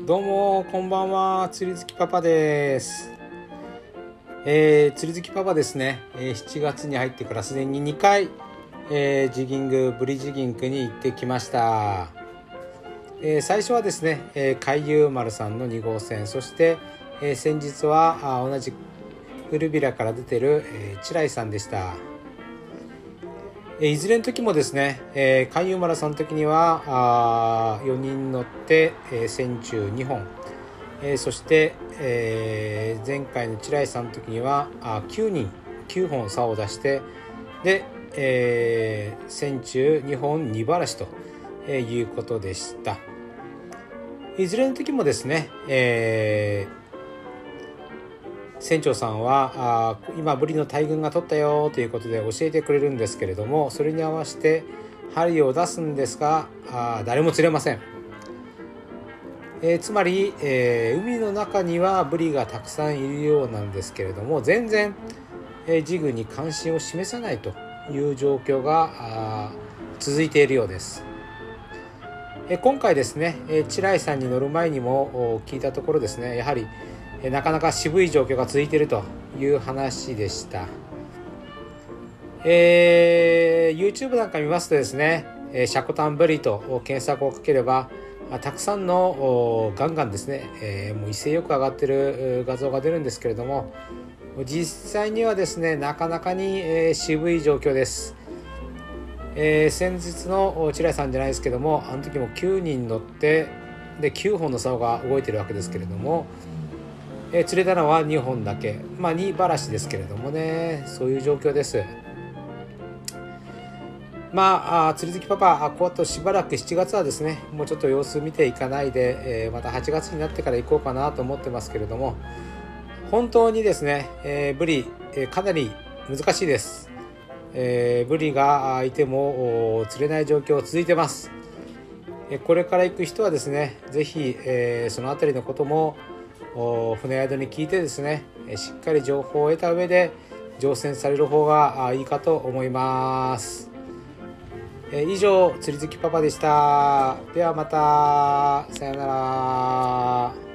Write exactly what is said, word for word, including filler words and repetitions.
どうもこんばんは、釣り好きパパです。えー、釣り好きパパですね、えー、しちがつに入ってからすでににかい、えー、ジギングブリジギングに行ってきました。えー、最初はですね、えー、海遊丸さんのに号船、そして、えー、先日はあ同じ古びらから出てる、えー、チライさんでした。いずれの時もですね、えー、海遊丸さんの時にはあよにん乗って、えー、船中にほん、えー、そして、えー、前回のチライさんの時にはあきゅうにんきゅうほん竿を出してで、えー、船中にほんにばらしということでした。いずれの時もですね、えー船長さんはあ今ブリの大群が取ったよということで教えてくれるんですけれども、それに合わせて針を出すんですがあ誰も釣れません。えー、つまり、えー、海の中にはブリがたくさんいるようなんですけれども、全然、えー、ジグに関心を示さないという状況が続いているようです。えー、今回ですね、えー、チライさんに乗る前にも聞いたところですね、やはりなかなか渋い状況が続いているという話でした。えー、YouTube なんか見ますとですね、シャコタンブリと検索をかければたくさんのガンガンですね、えー、もう威勢よく上がっている画像が出るんですけれども、実際にはですねなかなかに渋い状況です。えー、先日のチライさんじゃないですけども、あの時もきゅうにん乗ってできゅうほんの竿が動いてるわけですけれども、えー、釣れたのはにほんだけ、まあにばらしですけれどもね、そういう状況です。まああ釣り好きパパ、あこうあとしばらくしちがつはですねもうちょっと様子見ていかないで、えー、またはちがつになってから行こうかなと思ってますけれども、本当にですね、えー、ブリ、えー、かなり難しいです。えー、ブリがいても釣れない状況続いてます。えー、これから行く人はですねぜひ、えー、そのあたりのことも船宿に聞いてですねしっかり情報を得た上で乗船される方がいいかと思います。以上、釣り好きパパでした。ではまた、さよなら。